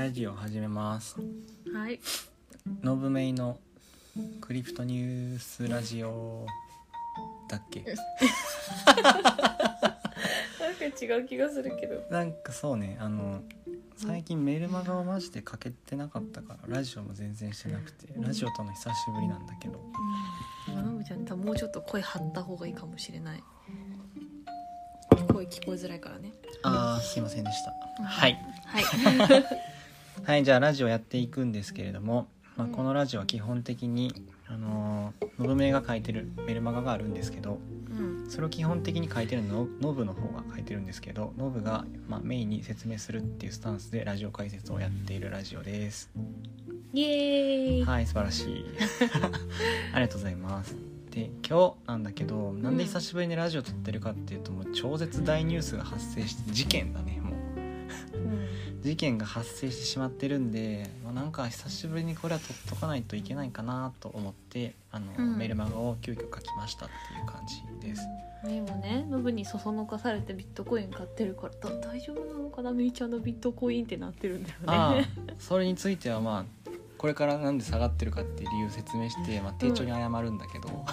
ラジオ始めます。 はい。 ノブメイのクリプトニュースラジオだっけ？ なんか違う気がするけど。 なんかそうね、最近メルマガをマジでかけてなかったからラジオも全然してなくて、ラジオとの久しぶりなんだけど、 のぶちゃん多分もうちょっと声張った方がいいかもしれない。声聞こえづらいからね。 すいませんでした。はいはいはい、じゃあラジオやっていくんですけれども、このラジオは基本的にノブメイが書いてるメルマガがあるんですけど、それを基本的に書いてるのノブの方が書いてるんですけど、ノブが、メインに説明するっていうスタンスでラジオ解説をやっているラジオです。 イエーイ。 はい、素晴らしいありがとうございます。で、今日なんだけど、なんで久しぶりにラジオ撮ってるかっていうと、もう超絶大ニュースが発生して事件だね、もう事件が発生してしまってるんで、なんか久しぶりにこれは撮っとかないといけないかなと思ってメルマガを急遽書きましたっていう感じです。 今ね、ノブにそそのかされてビットコイン買ってるから大丈夫なのかな、めいちゃんのビットコインってなってるんだよね。 それについてはこれからなんで下がってるかっていう理由を説明して、丁重に謝るんだけど、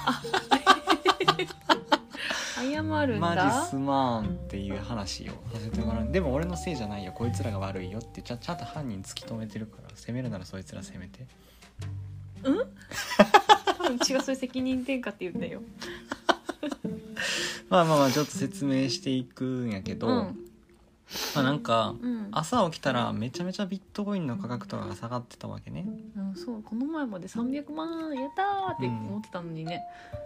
謝るんだ。 マジすまんっていう話をさせてもらう。でも俺のせいじゃないよ、こいつらが悪いよってちゃんと犯人突き止めてるから、責めるならそいつら責めて。 多分違う、そういう責任転嫁って言うんだよ。 ちょっと説明していくんやけど、なんか、朝起きたらめちゃめちゃビットコインの価格とかが下がってたわけね。 そう、この前まで300万やったーって思ってたのにね、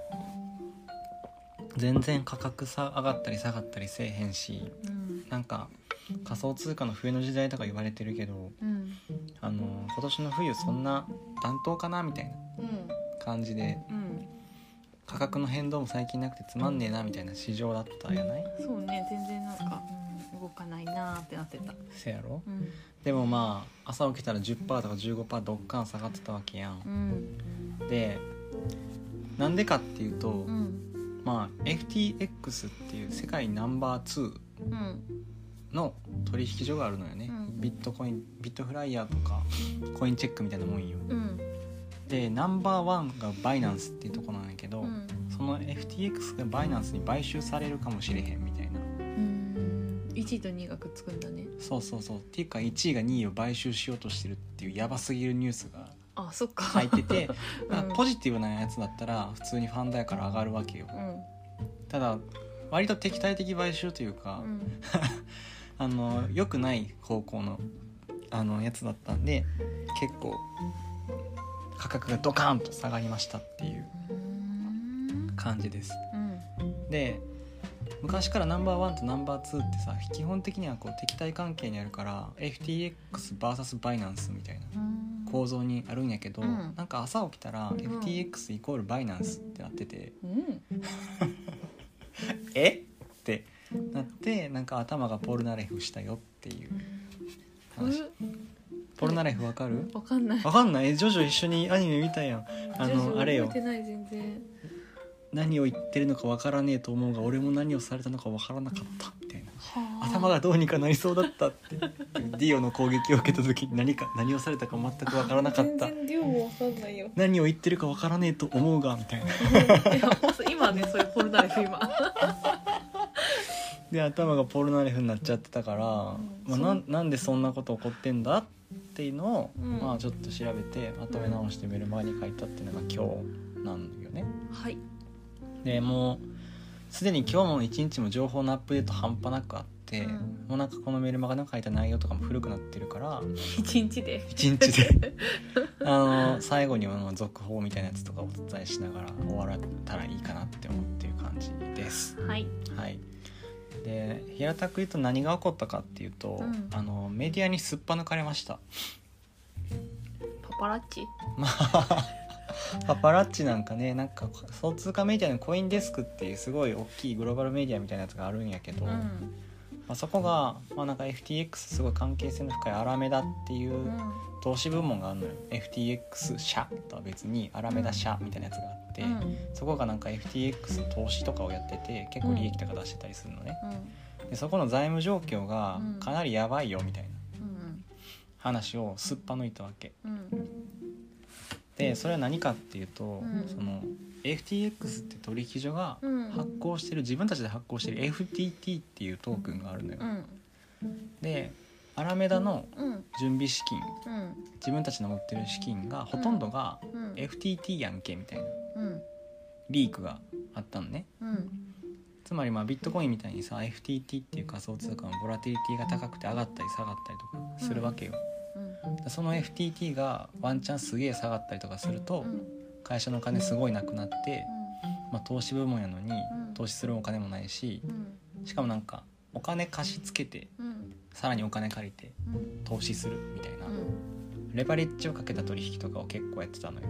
全然価格上がったり下がったりせえへんし、なんか仮想通貨の冬の時代とか言われてるけど、今年の冬そんな暖冬かなみたいな感じで、価格の変動も最近なくてつまんねえなみたいな市場だったやない？ そうね、全然なんか、動かないなってなってた。 せやろ、でも朝起きたら 10% とか 15% どっかん下がってたわけやん、でなんでかっていうと、FTX っていう世界ナンバー2の取引所があるのよね、ビットコイン、ビットフライヤーとかコインチェックみたいなもんよ、でナンバーワンがバイナンスっていうとこなんやけど、その FTX がバイナンスに買収されるかもしれへんみたいな、 1位と2位がくっつくんだね。 そうっていうか1位が2位を買収しようとしてるっていうヤバすぎるニュースが入っててポジティブなやつだったら普通にファンドやから上がるわけよ、ただ割と敵対的買収というか、良くない方向のやつだったんで、結構価格がドカーンと下がりましたっていう感じです、で昔からナンバーワンとナンバーツーってさ、基本的にはこう敵対関係にあるから FTX vs バイナンスみたいな構造にあるんやけど、なんか朝起きたら FTX イコールバイナンスってなってて、えってなって、なんか頭がポルナレフしたよっていう話。ポルナレフわかる？ わかんない。 ジョジョ一緒にアニメ見たやん。あれよ。 覚えてない全然。 何を言ってるのかわからねえと思うが、俺も何をされたのかわからなかったみたいな。頭がどうにかなりそうだったってディオの攻撃を受けた時に何をされたか全くわからなかった。 全然ディオもわかんないよ。 何を言ってるかわからねえと思うがみたいな。 今ね、そういうポルナレフ今。 で頭がポルナレフになっちゃってたから、なんでそんなこと起こってんだっていうのを、ちょっと調べてまとめ直してメルマガに書いたっていうのが今日なんよね。 はい。 でもうすでに今日も一日も情報のアップデート半端なくあって、もうなんかこのメルマガの書いた内容とかも古くなってるから一日で最後には続報みたいなやつとかお伝えしながら終わったらいいかなって思っている感じです。 はい、 で平たく言うと何が起こったかっていうと、メディアにすっぱ抜かれました。 パパラッチ？ パパラッチなんかね、なんか仮想通貨メディアのコインデスクっていうすごい大きいグローバルメディアみたいなやつがあるんやけど、そこが、なんか FTX すごい関係性の深いアラメダっていう投資部門があるのよ、FTX 社とは別にアラメダ社みたいなやつがあって、そこがなんか FTX の投資とかをやってて結構利益とか出してたりするのね、でそこの財務状況がかなりやばいよみたいな話をすっぱ抜いたわけ、 うん、 でそれは何かっていうと、 うん、 その FTX って取引所が発行してる、自分たちで発行してる FTT っていうトークンがあるのよ、 うん、 でアラメダの準備資金、 うん、 自分たちの持ってる資金がほとんどがうん、 FTT やんけみたいなうん、 リークがあったのね。 うん、 つまりまあビットコインみたいにさ FTT っていう仮想通貨のボラティリティが高くて上がったり下がったりとかするわけよ、 うん、 その FTT がワンチャンすげえ下がったりとかすると、 うん、 会社のお金すごいなくなって、まあ、投資部門やのにうん投資するお金もないし、 うん、 しかもなんかお金貸し付けてうん、 さらにお金借りてうん、 投資するみたいな、 うん、 レバレッジをかけた取引とかを結構やってたのよ。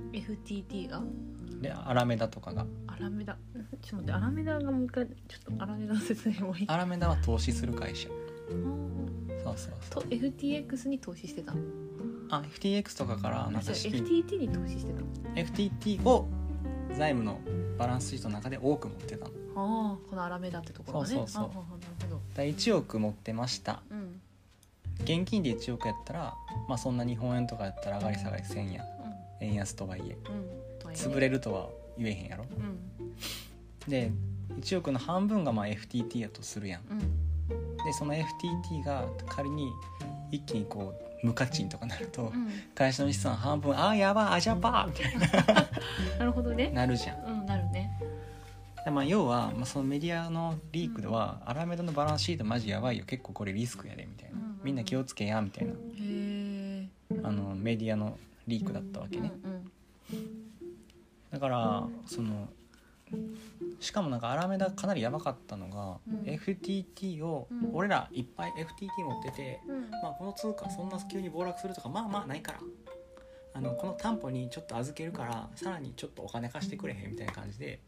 FTT がでアラメダとかが、 アラメダ、ちょっと待って、アラメダがもう一回ちょっとアラメダの説明もいい？ アラメダは投資する会社、そうそうそうと FTX に投資してた。 あ FTX とかからなんか資金 FTT に投資してた。 FTT を財務のバランスシートの中で多く持ってたの。 ああ、このアラメダってところがね。 そうそうそう。 なるほど。 だ1億持ってました、 うん、 現金で1億やったら、まあ、そんな日本円とかやったら上がり下がりせんやん、円安とはいえ、潰れるとは言えへんやろ、 うん、 で1億の半分がまあ FTT やとするやん、 うん、 でその FTT が仮に一気にこう無価値とかなると、 うん、 会社の資産半分あやばあじゃばみたいななるほどね、 なるじゃん、 うん、なるね。 でまあ、要は、まあ、そのメディアのリークでは、アラメダのバランスシートマジやばいよ結構これリスクやでみたいな、みんな気をつけやみたいな、 へえ。 メディアのリークだったわけね、 うん、 だからそのしかもなんかアラメダかなりやばかったのが、FTT を俺らいっぱい FTT 持ってて、まあ、この通貨そんな急に暴落するとかまあまあないからこの担保にちょっと預けるからさらにちょっとお金貸してくれへんみたいな感じで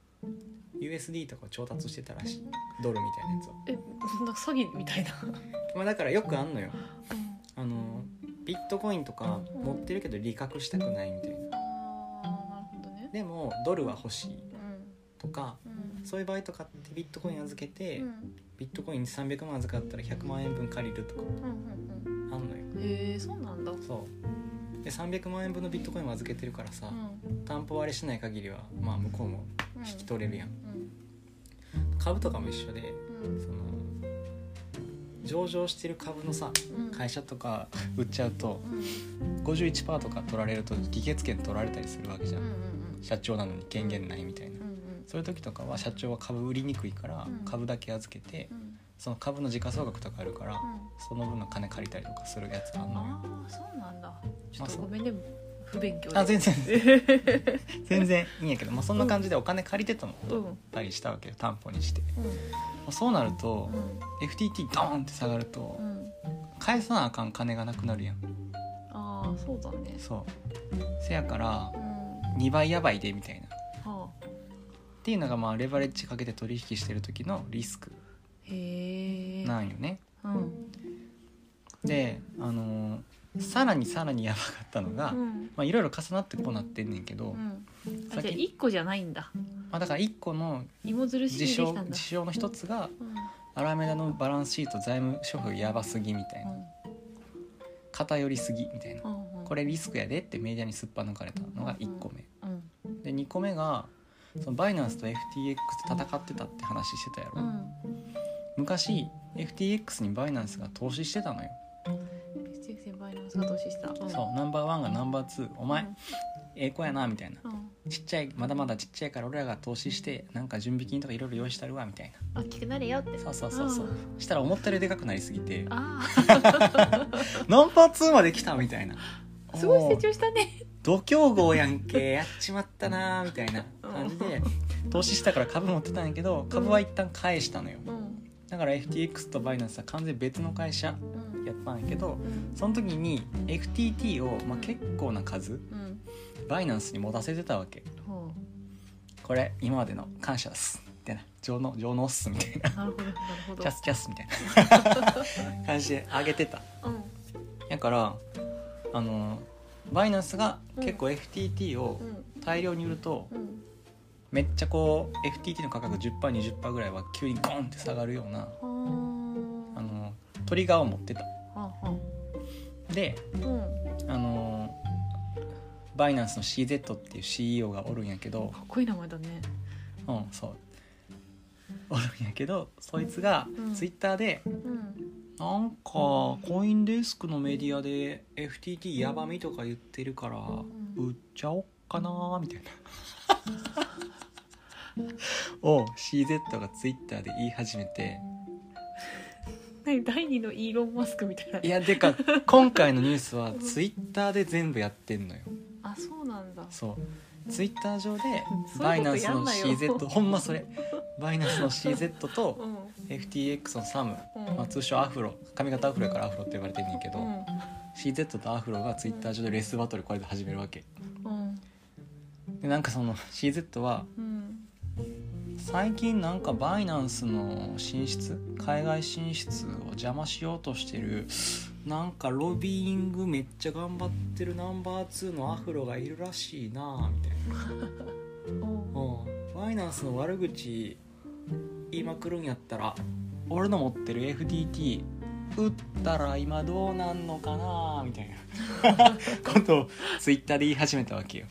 USD とかを調達してたらしい、ドルみたいなやつを。 なんか詐欺みたいなまあだからよくあんのよ、ビットコインとか持ってるけど利確したくないみたいな、 なるほどね。 でもドルは欲しいとか、そういう場合とかってビットコイン預けて、ビットコイン300万預かったら100万円分借りるとかあんのよ。 へえ、そうなんだ。 そうで300万円分のビットコインを預けてるからさ、担保割れしない限りはまあ向こうも引き取れるやん、株とかも一緒で、その上場してる株のさ、会社とか売っちゃうと、51% とか取られると議決権取られたりするわけじゃん、社長なのに権限ないみたいな、そういう時とかは社長は株売りにくいから、株だけ預けて、その株の時価総額とかあるから、その分の金借りたりとかするやつがあるのよ。 ああ、そうなんだ。ちょっとごめんね、不勉強で。 あ、全然いいんやけど、まあ、そんな感じでお金借りてたのたりしたわけよ、担保にして、そうなると、FTT ドーンって下がると、返さなあかん金がなくなるやん。 ああ、そうだね。 そうせやから、2倍やばいでみたいな、っていうのがまあレバレッジかけて取引してる時のリスクなんよね。でさらにやばかったのが、まあいろいろ重なってこうなってんねんけど、 じゃあ1個じゃないんだ。 まあ、だから1個の事象の一つが、アラメダのバランスシート財務諸表やばすぎみたいな、偏りすぎみたいな、これリスクやでってメディアにすっぱ抜かれたのが1個目、で2個目がそのバイナンスと FTX で戦ってたって話してたやろ、昔 FTX にバイナンスが投資してたのよ。 バイナンスが投資した、 そうナンバーワンがナンバーツーお前、ええ子やなみたいな、ちっちゃいまだまだちっちゃいから俺らが投資してなんか準備金とかいろいろ用意したるわみたいな、 大きくなれよって。 そうしたら思ったよりでかくなりすぎてナンあバーツーまで来たみたいな、 すごい成長したね。 度胸号やんけやっちまったなみたいな感じで投資したから株持ってたんやけど、株は一旦返したのよ、だから FTX とバイナンスは完全別の会社やったんやけど、その時に FTT を、まあ、結構な数、バイナンスに持たせてたわけ、これ今までの感謝ですみたいな、上納っすみたいな、 なるほどチャスチャスみたいな感じで上げてた、だからバイナンスが結構 FTT を大量に売ると、めっちゃこう FTT の価格 10%20% ぐらいは急にゴンって下がるようなトリガーを持ってた。 で、バイナンスの CZ っていう CEO がおるんやけど、 かっこいい名前だね。 そうおるんやけど、そいつがツイッターで、なんかコインデスクのメディアで FTT ヤバみとか言ってるから売っちゃおっかなみたいなを CZ がツイッターで言い始めて、 第2のイーロン・マスクみたいな。 いやでか今回のニュースはツイッターで全部やってんのよ。 あ、そうなんだ。 そうツイッター上でバイナンスの CZ ほんまそれバイナンスの CZ と FTX のサム、通称アフロ、髪型アフロやからアフロって呼ばれてるんやけど、CZ とアフロがツイッター上でレースバトルこれで始めるわけ、でなんかその CZ は、最近なんかバイナンスの進出、海外進出を邪魔しようとしてるなんかロビーイングめっちゃ頑張ってるナンバー2のアフロがいるらしいなみたいなバイナンスの悪口言いまくるんやったら俺の持ってる FTT 売ったら今どうなんのかなみたいなことをツイッターで言い始めたわけよ。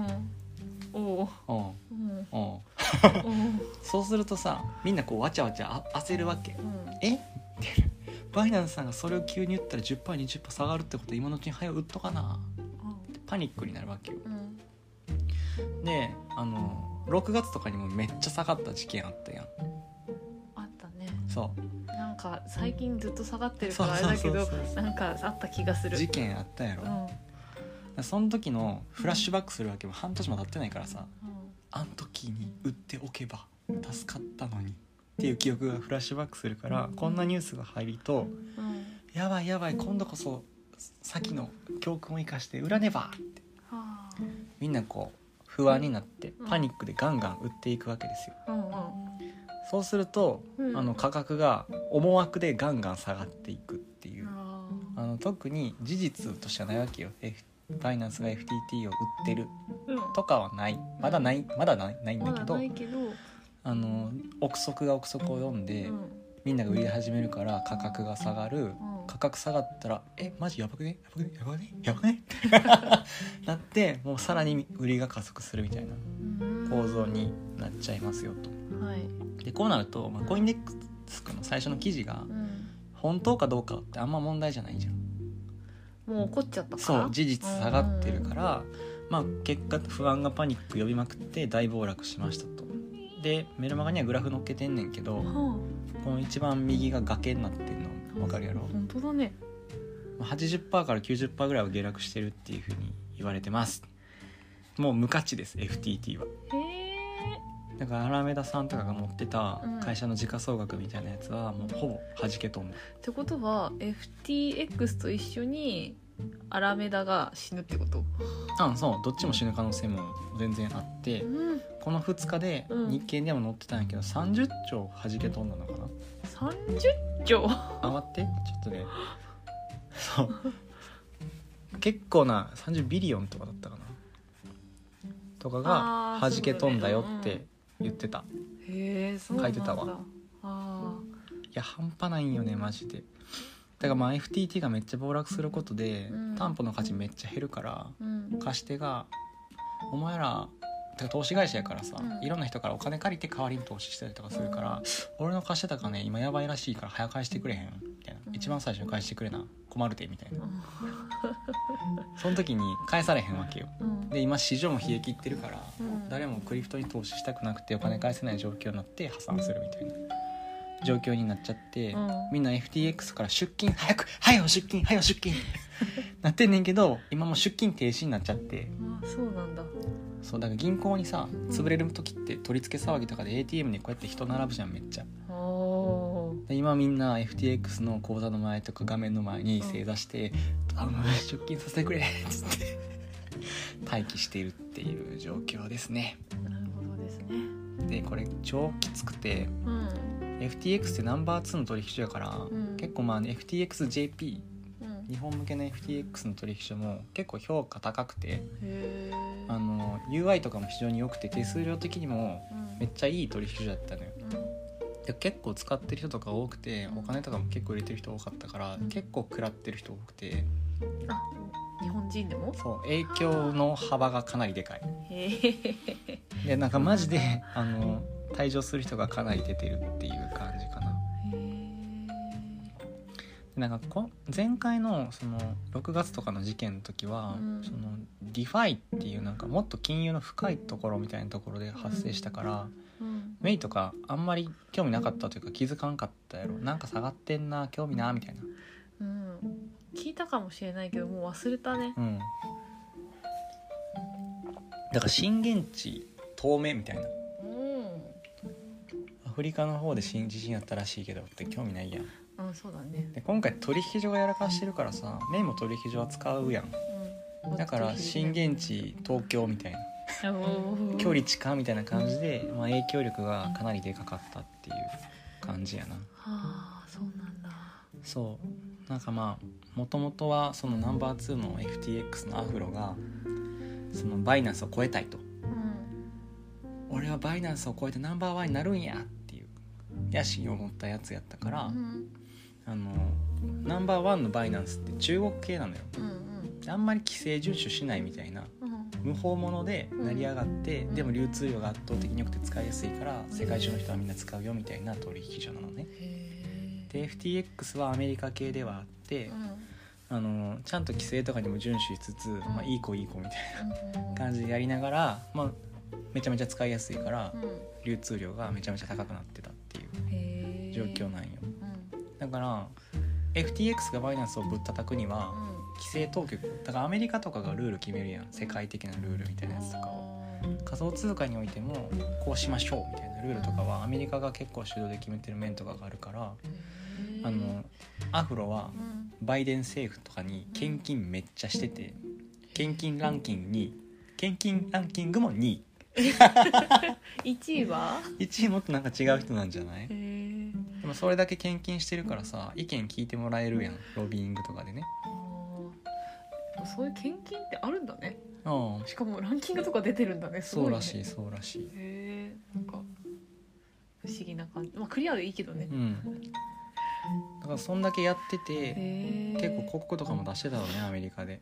そうするとさ、みんなこうわちゃわちゃ焦るわけ、バイナンスさんがそれを急に言ったら 10%20% 下がるってことは今のうちに早く売っとかな、パニックになるわけよ、で6月とかにもめっちゃ下がった事件あったやん。 あったね。 そうなんか最近ずっと下がってるからあれだけど、なんかあった気がする。 事件あったやろ、その時のフラッシュバックするわけも半年も経ってないからさ、あの時に売っておけば助かったのにっていう記憶がフラッシュバックするから、こんなニュースが入ると、やばいやばい今度こそ先の教訓を生かして売らねばって、みんなこう不安になってパニックでガンガン売っていくわけですよ、そうすると、価格が思惑でガンガン下がっていくっていう、特に事実としてはないわけよ。バイナンスが FTT を売ってるとかはない、まだないんだけど、憶測が憶測を読んで、みんなが売り始めるから価格が下がる、価格下がったらマジやばくねなって、もうさらに売りが加速するみたいな構造になっちゃいますよと、でこうなると、コインデックスの最初の記事が本当かどうかってあんま問題じゃないじゃん。 もう起こっちゃったから。 そう事実下がってるから、結果不安がパニック呼びまくって大暴落しましたと。でメルマガにはグラフ載っけてんねんけど、この一番右が崖になってんの分かるやろ。 本当だね。 80% から 90% ぐらいは下落してるっていう風に言われてます。もう無価値です FTT は。だからアラメダさんとかが持ってた会社の時価総額みたいなやつはもうほぼ弾け飛んで、 ってことは FTX と一緒にアラメダが死ぬってこと？ そうどっちも死ぬ可能性も全然あって、この2日で日経でも載ってたんやけど、30兆弾け飛んだのかな。 30兆待ってちょっとねそう結構な30ビリオンとかだったかなとかが弾け飛んだよって言ってた。 そうなんだ。 書いてたわ。いや半端ないんよねマジで。だから FTT がめっちゃ暴落することで、担保の価値めっちゃ減るから、貸し手がお前ら投資会社やからさ、いろんな人からお金借りて代わりに投資したりとかするから、俺の貸してた金今やばいらしいから早く返してくれへんみたいな、一番最初に返してくれな困るでみたいな、その時に返されへんわけよ、で今市場も冷え切ってるから、誰もクリプトに投資したくなくてお金返せない状況になって破産するみたいな状況になっちゃって、みんな FTX から出金早よ出金なってんねんけど、今もう出金停止になっちゃって。 そうなんだ。 そうだから銀行にさ潰れる時って取り付け騒ぎとかで ATM にこうやって人並ぶじゃんめっちゃ。で今みんな FTX の口座の前とか画面の前に正座して出金させてくれっつって待機しているっていう状況ですね。 なるほどですね。でこれ超きつくて、FTX ってナンバー2の取引所やから、結構FTXJP、日本向けの FTX の取引所も結構評価高くて、UI とかも非常に良くて手数料的にもめっちゃいい取引所だったのよ、で結構使ってる人とか多くて、お金とかも結構入れてる人多かったから、結構食らってる人多くて、 あ、日本人でもそう影響の幅がかなりでかい。 へえ。 でなんかマジで退場する人がかなり出てるっていう感じかな。なんか前回のその6月とかの事件の時は、そのディファイっていうなんかもっと金融の深いところみたいなところで発生したから、メイとかあんまり興味なかったというか気づかんかったやろ。なんか下がってんな興味なみたいな、 聞いたかもしれないけどもう忘れたね。 だから震源地透明みたいな、アフリカの方で地震あったらしいけどって興味ないやん。 そうだね。 で今回取引所がやらかしてるからさ、メイも取引所は使うやん、だから震源地東京みたいな距離近みたいな感じで、影響力がかなりでかかったっていう感じやな。 そうなんだ。 そうなんかもともとはそのナンバー2の FTX のアフロがそのバイナンスを超えたいと、俺はバイナンスを超えてナンバーワンになるんやっていう野心を持ったやつやったから、ナンバーワンのバイナンスって中国系なのよ、あんまり規制遵守しないみたいな、無法者で成り上がって、でも流通量が圧倒的に良くて使いやすいから世界中の人はみんな使うよみたいな取引所なのね。で FTX はアメリカ系ではあって、ちゃんと規制とかにも遵守しつつ、いい子みたいな感じでやりながら、めちゃめちゃ使いやすいから、流通量がめちゃめちゃ高くなってたっていう状況なんよ。だから FTX がバイナンスをぶったたくには、規制当局だからアメリカとかがルール決めるやん、世界的なルールみたいなやつとかを。仮想通貨においてもこうしましょうみたいなルールとかはアメリカが結構主導で決めてる面とかがあるから、アフロはバイデン政府とかに献金めっちゃしてて、献金ランキングも2位 1位は 1位もっとなんか違う人なんじゃない？でもそれだけ献金してるからさ、意見聞いてもらえるやん、ロビーイングとかでね。 そういう献金ってあるんだね。しかもランキングとか出てるんだね。すごいね。そうらしい。なんか不思議な感じ。クリアでいいけどね。だからそんだけやってて、結構広告とかも出してたのね、アメリカで。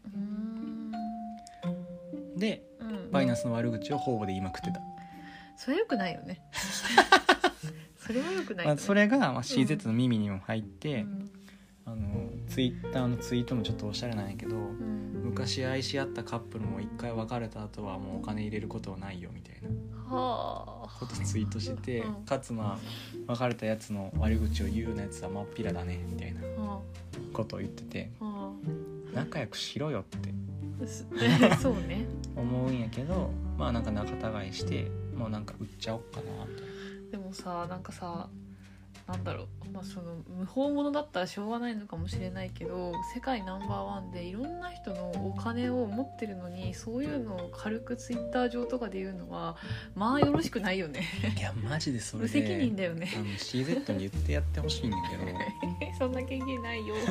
で、バイナンスの悪口を方々で言いまくってた。 それ良くないよね。それは良くないよね。 それがCZ の耳にも入って、ツイッターのツイートもちょっとおしゃれなんやけど、昔愛し合ったカップルも一回別れた後はもうお金入れることはないよみたいなことツイートしてて、かつ別れたやつの悪口を言うようなやつは真っ平だねみたいなことを言ってて、仲良くしろよってそうね思うんやけど、なんか仲違いしてもうなんか売っちゃおうかなと。 でもさ、なんかさ、なんだろう、その無法者だったらしょうがないのかもしれないけど、世界ナンバーワンでいろんな人のお金を持ってるのに、そういうのを軽くツイッター上とかで言うのはよろしくないよね。 いやマジでそれで無責任だよね。 CZ に言ってやってほしいんだけどそんな権限ないよ。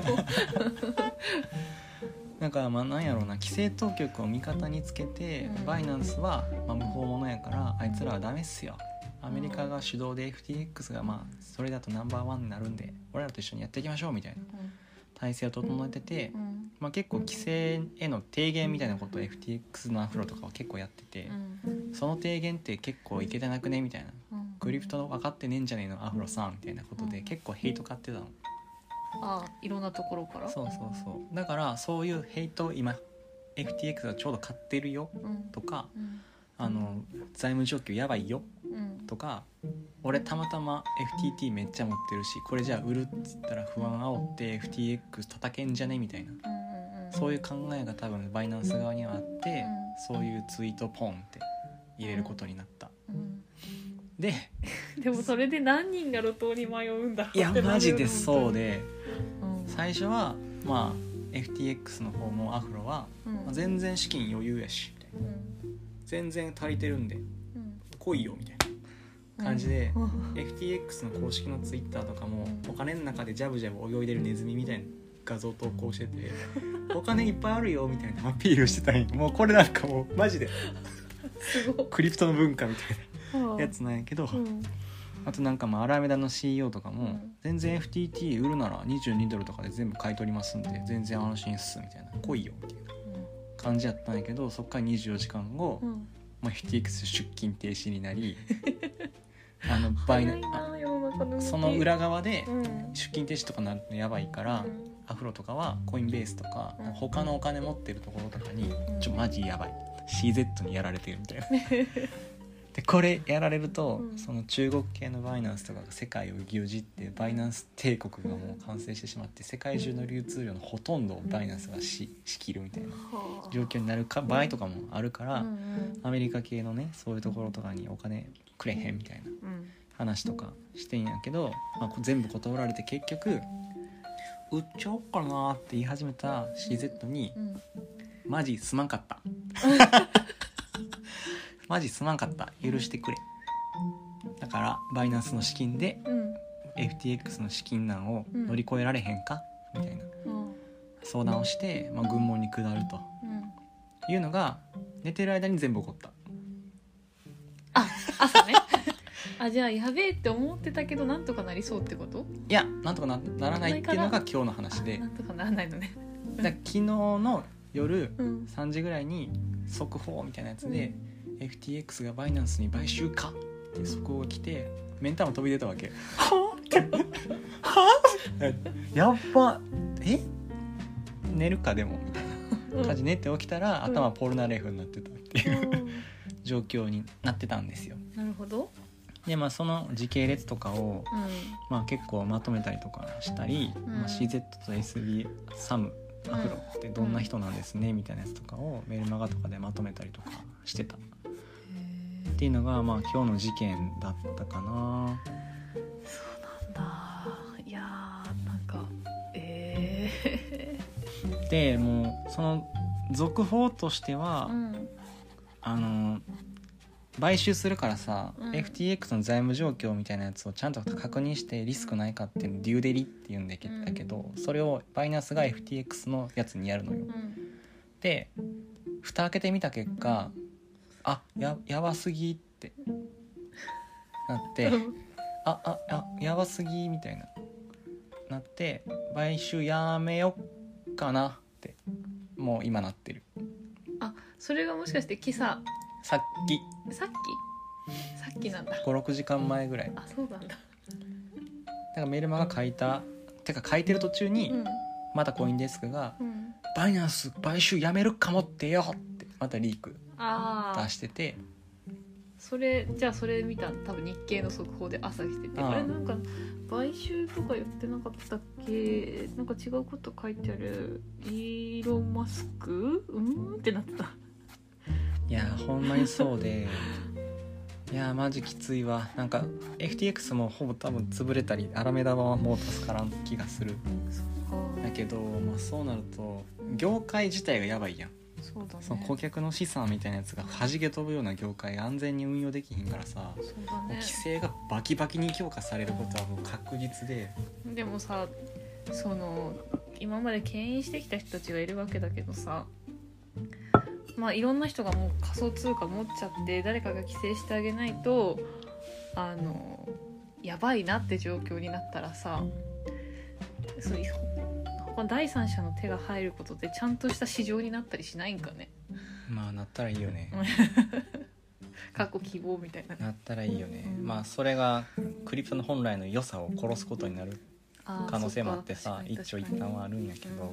なんかなんやろうな、規制当局を味方につけて、バイナンスは無法者やからあいつらはダメっすよ、アメリカが主導で FTX がそれだとナンバーワンになるんで俺らと一緒にやっていきましょうみたいな体制を整えてて、結構規制への提言みたいなことを FTX のアフロとかは結構やってて、その提言って結構いけてなくねみたいな、クリプトの分かってねえんじゃねえのアフロさんみたいなことで結構ヘイト買ってたの。 いろんなところから。 そうだからそういうヘイトを今 FTX がちょうど買ってるよとか、財務状況やばいよとか、俺たまたま FTT めっちゃ持ってるしこれじゃあ売るっつったら不安煽って FTX 叩けんじゃねみたいな、そういう考えが多分バイナンス側にはあって、そういうツイートポンって入れることになった、でもそれで何人が路頭に迷うんだろうって。 いやマジでそうで、最初はFTX の方もアフロは、全然資金余裕やしみたいな、全然足りてるんで、来いよみたいな感じで、FTX の公式のツイッターとかもお金の中でジャブジャブ泳いでるネズミみたいな画像投稿しててお金いっぱいあるよみたいなアピールしてたんや。もうこれなんかもうマジですごいクリプトの文化みたいなやつなんやけど、 あとなんかアラメダの CEO とかも、全然 FTT 売るなら22ドルとかで全部買い取りますんで全然安心っすみたいな、来いよみたいな感じやったんやけど、そっから24時間後、FTX 出勤停止になりその裏側で出勤停止とかなるとやばいから、アフロとかはコインベースとか、他のお金持ってるところとかにマジやばい CZ にやられてるみたいなでこれやられると、その中国系のバイナンスとかが世界を牛耳ってバイナンス帝国がもう完成してしまって、世界中の流通量のほとんどをバイナンスが仕切るみたいな状況になる場合とかもあるから、アメリカ系のねそういうところとかにお金くれへんみたいな話とかしてんやけど、全部断られて結局売っちゃおうかなって言い始めた CZ に、マジすまんかったマジすまんかった、許してくれ、だからバイナンスの資金で、FTX の資金難を乗り越えられへんかみたいな相談をして、軍門に下ると、いうのが寝てる間に全部起こった。 朝ねじゃあやべえって思ってたけどなんとかなりそうってこと？ いや、なんとか ならないっていうのが今日の話で、 なんとかならないのねだ昨日の夜3時ぐらいに速報みたいなやつで、FTX がバイナンスに買収かって速報が来て、メンタも飛び出たわけやっば寝るかでもみたいな感じ、寝て起きたら頭ポルナレフになってたっていう状況になってたんですよ。 なるほど。 でその時系列とかを、結構まとめたりとかしたり、CZ と SB サムアフロってどんな人なんですねみたいなやつとかをメールマガとかでまとめたりとかしてたっていうのが今日の事件だったかな。 そうなんだ。いやなんかでもうその続報としては、買収するからさ、FTX の財務状況みたいなやつをちゃんと確認してリスクないかっていうのデューデリって言うんだけど、それをバイナンスが FTX のやつにやるのよ。で蓋開けてみた結果、やばすぎってなってやばすぎみたいななって、買収やめよっかなってもう今なってる。 それがもしかして今朝さっきなんだ。 5,6 時間前ぐらい。 そうなんだ。だからメルマが書いてる途中に、またコインデスクが、バイナンス買収やめるかもってよってまたリーク出してて、 それ見た多分日経の速報で朝来てて、あれなんか買収とか言ってなかったっけ、なんか違うこと書いてある、イーロンマスクってなった。 いやほんまにそうでいやマジきついわ。なんか FTX もほぼ多分潰れたり、アラメダはもう助からん気がする。だけど、そうなると業界自体がやばいやん。 そうだね、 その顧客の資産みたいなやつが弾け飛ぶような業界安全に運用できひんからさ、 そうだね、 規制がバキバキに強化されることはもう確実で。 でもさ、その今まで牽引してきた人たちがいるわけだけどさ、いろんな人がもう仮想通貨持っちゃって誰かが規制してあげないとやばいなって状況になったらさ、そういう第三者の手が入ることでちゃんとした市場になったりしないんかね。 なったらいいよね過去希望みたいな。 なったらいいよね、それがクリプトの本来の良さを殺すことになる可能性もあってさ、一長一短はあるんやけど、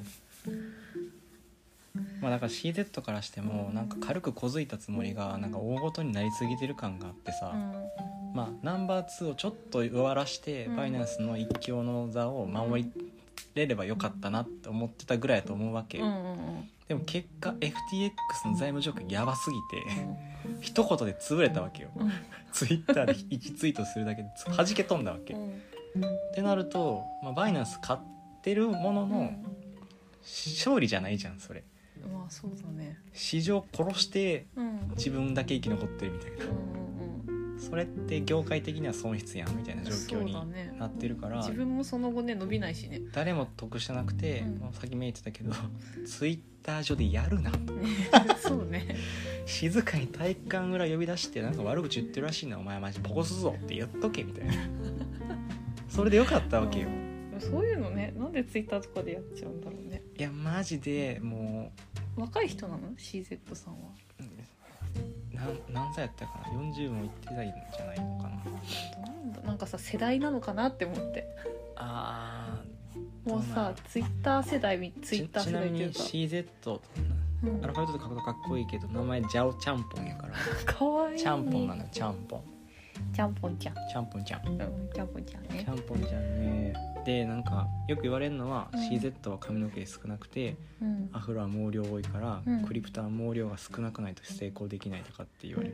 だから CZ からしてもなんか軽く小づいたつもりがなんか大ごとになりすぎてる感があってさ、ナンバー2をちょっと弱らしてバイナンスの一強の座を守りれればよかったなって思ってたぐらいだと思うわけ、でも結果 FTX の財務状況やばすぎて一言で潰れたわけよ、ツイッターで1ツイートするだけで弾け飛んだわけ、ってなると、バイナンス買ってるものの、勝利じゃないじゃんそれ。 そうだね、 市場殺して自分だけ生き残ってるみたいな、 それって業界的には損失やんみたいな状況になってるから、 自分もその後ね伸びないしね、 誰も得してなくて、さっきメイ言ってたけどツイッター上でやるなそうね、 静かに体育館裏呼び出してなんか悪口言ってるらしいな、お前マジボコすぞって言っとけみたいなそれでよかったわけよ。 そういうのね、なんでツイッターとかでやっちゃうんだろうね。 いやマジでもう若い人なの CZ さんは。 何歳やったかな、40もいってないんじゃないのかな。なんかさ世代なのかなって思って。 ああ、もうさツイッター世代、ツイッター世代っていうか。 ちなみに CZ、アルファベットで書くとかっこいいけど名前ジャオちゃんぽんやからかわいい。 ちゃんぽんなのよ、ちゃんぽん。 ちゃんぽんちゃん。 ちゃんぽんちゃん。 ちゃんぽんちゃんね。 ちゃんぽんちゃんね。でなんかよく言われるのは、CZ は髪の毛少なくて、アフロは毛量多いから、クリプターは毛量が少なくないと成功できないとかって言われる。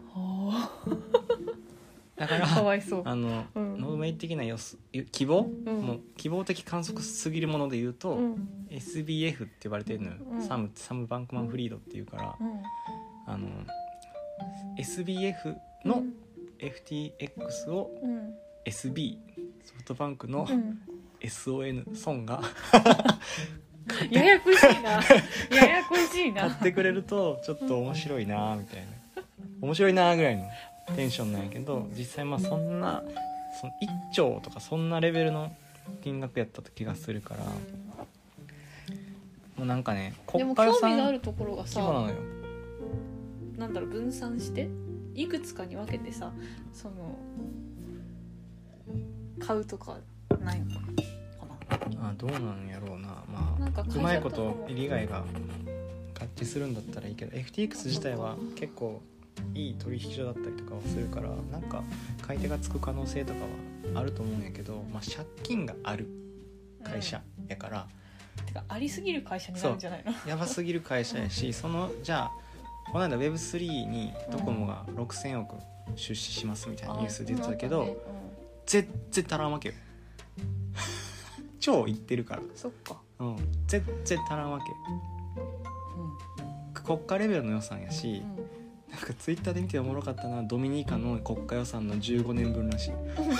だからかわいそう。 ノーメイ的な希望、もう希望的観測すぎるもので言うと、SBF って呼ばれてるのよ、サムバンクマンフリードっていうから、SBF の FTX を SB ソフトバンクの SON 孫がややこしいなややこしいな買ってくれるとちょっと面白いなみたいな、面白いなぐらいのテンションなんやけど、実際まあその1兆とかそんなレベルの金額やった気がするから、もうなんかね国家予算でも興味があるところがさ、 なのよ、 なんだろう、分散していくつかに分けてさ、その買うとかないのかな。 どうなんやろうな。まあなんかうまいこと利害が合致するんだったらいいけど、 FTX 自体は結構いい取引所だったりとかをするから、なんか買い手がつく可能性とかはあると思うんやけど、まあ、借金がある会社やから、 てかありすぎる会社になるんじゃないの。 やばすぎる会社やし、そのじゃあこの間 Web3 にドコモが6000億出資しますみたいなニュース出てたけど、全然足らんわけよ超言ってるから。 そっか、 全然足らんわけ、国家レベルの予算やし、なんかツイッターで見ておもろかったな、ドミニカの国家予算の15年分らしい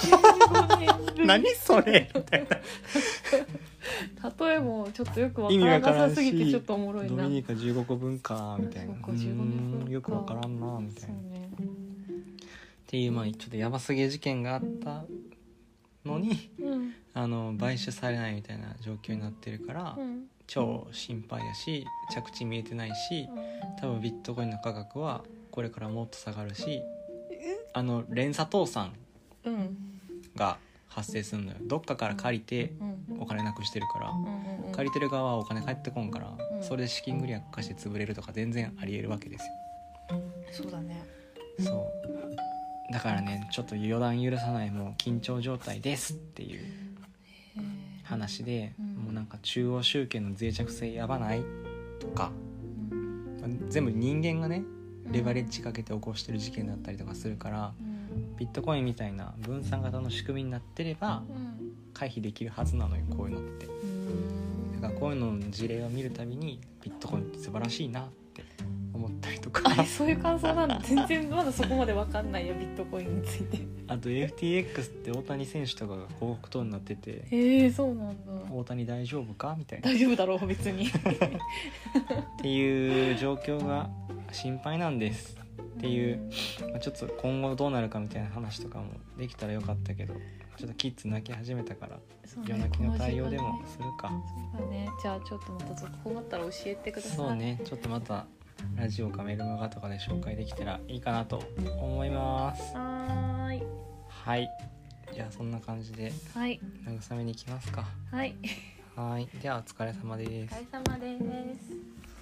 15年分何それみたいな例えもちょっとよくわからなさすぎてちょっとおもろいな。 ドミニカ15個分かみたいな、よくわからんなみたいな、っていう、まあちょっとやばすぎる事件があったのに、買収されないみたいな状況になってるから、超心配やし、着地見えてないし、多分ビットコインの価格はこれからもっと下がるし、連鎖倒産が発生するのよ。どっかから借りてお金なくしてるから、借りてる側はお金返ってこんから、それで資金繰り悪化して潰れるとか全然ありえるわけですよ。 そうだね。 そうだからね、ちょっと予断許さない、もう緊張状態ですっていう話で、もうなんか中央集権の脆弱性やばないとか、全部人間がねレバレッジかけて起こしてる事件だったりとかするから、ビットコインみたいな分散型の仕組みになってれば回避できるはずなのよ、こういうのって。だからこういうのの事例を見るたびにビットコインって素晴らしいなって思ったりとかそういう感想なんだ。全然まだそこまで分かんないよ、ビットコインについて。 あと FTX って大谷選手とかが広告塔になってて、 そうなんだ。 大谷大丈夫かみたいな。 大丈夫だろう別にっていう状況が心配なんですっていう、ちょっと今後どうなるかみたいな話とかもできたらよかったけど、ちょっとキッズ泣き始めたから、夜泣きの対応でもするか。 そうだね。じゃあちょっとまた続報があったら教えてください。 そうね、ちょっとまたラジオかメルマガとかで紹介できたらいいかなと思います。はい、じゃあそんな感じで慰めに行きますか。 はい、 ではお疲れ様です。 お疲れ様です。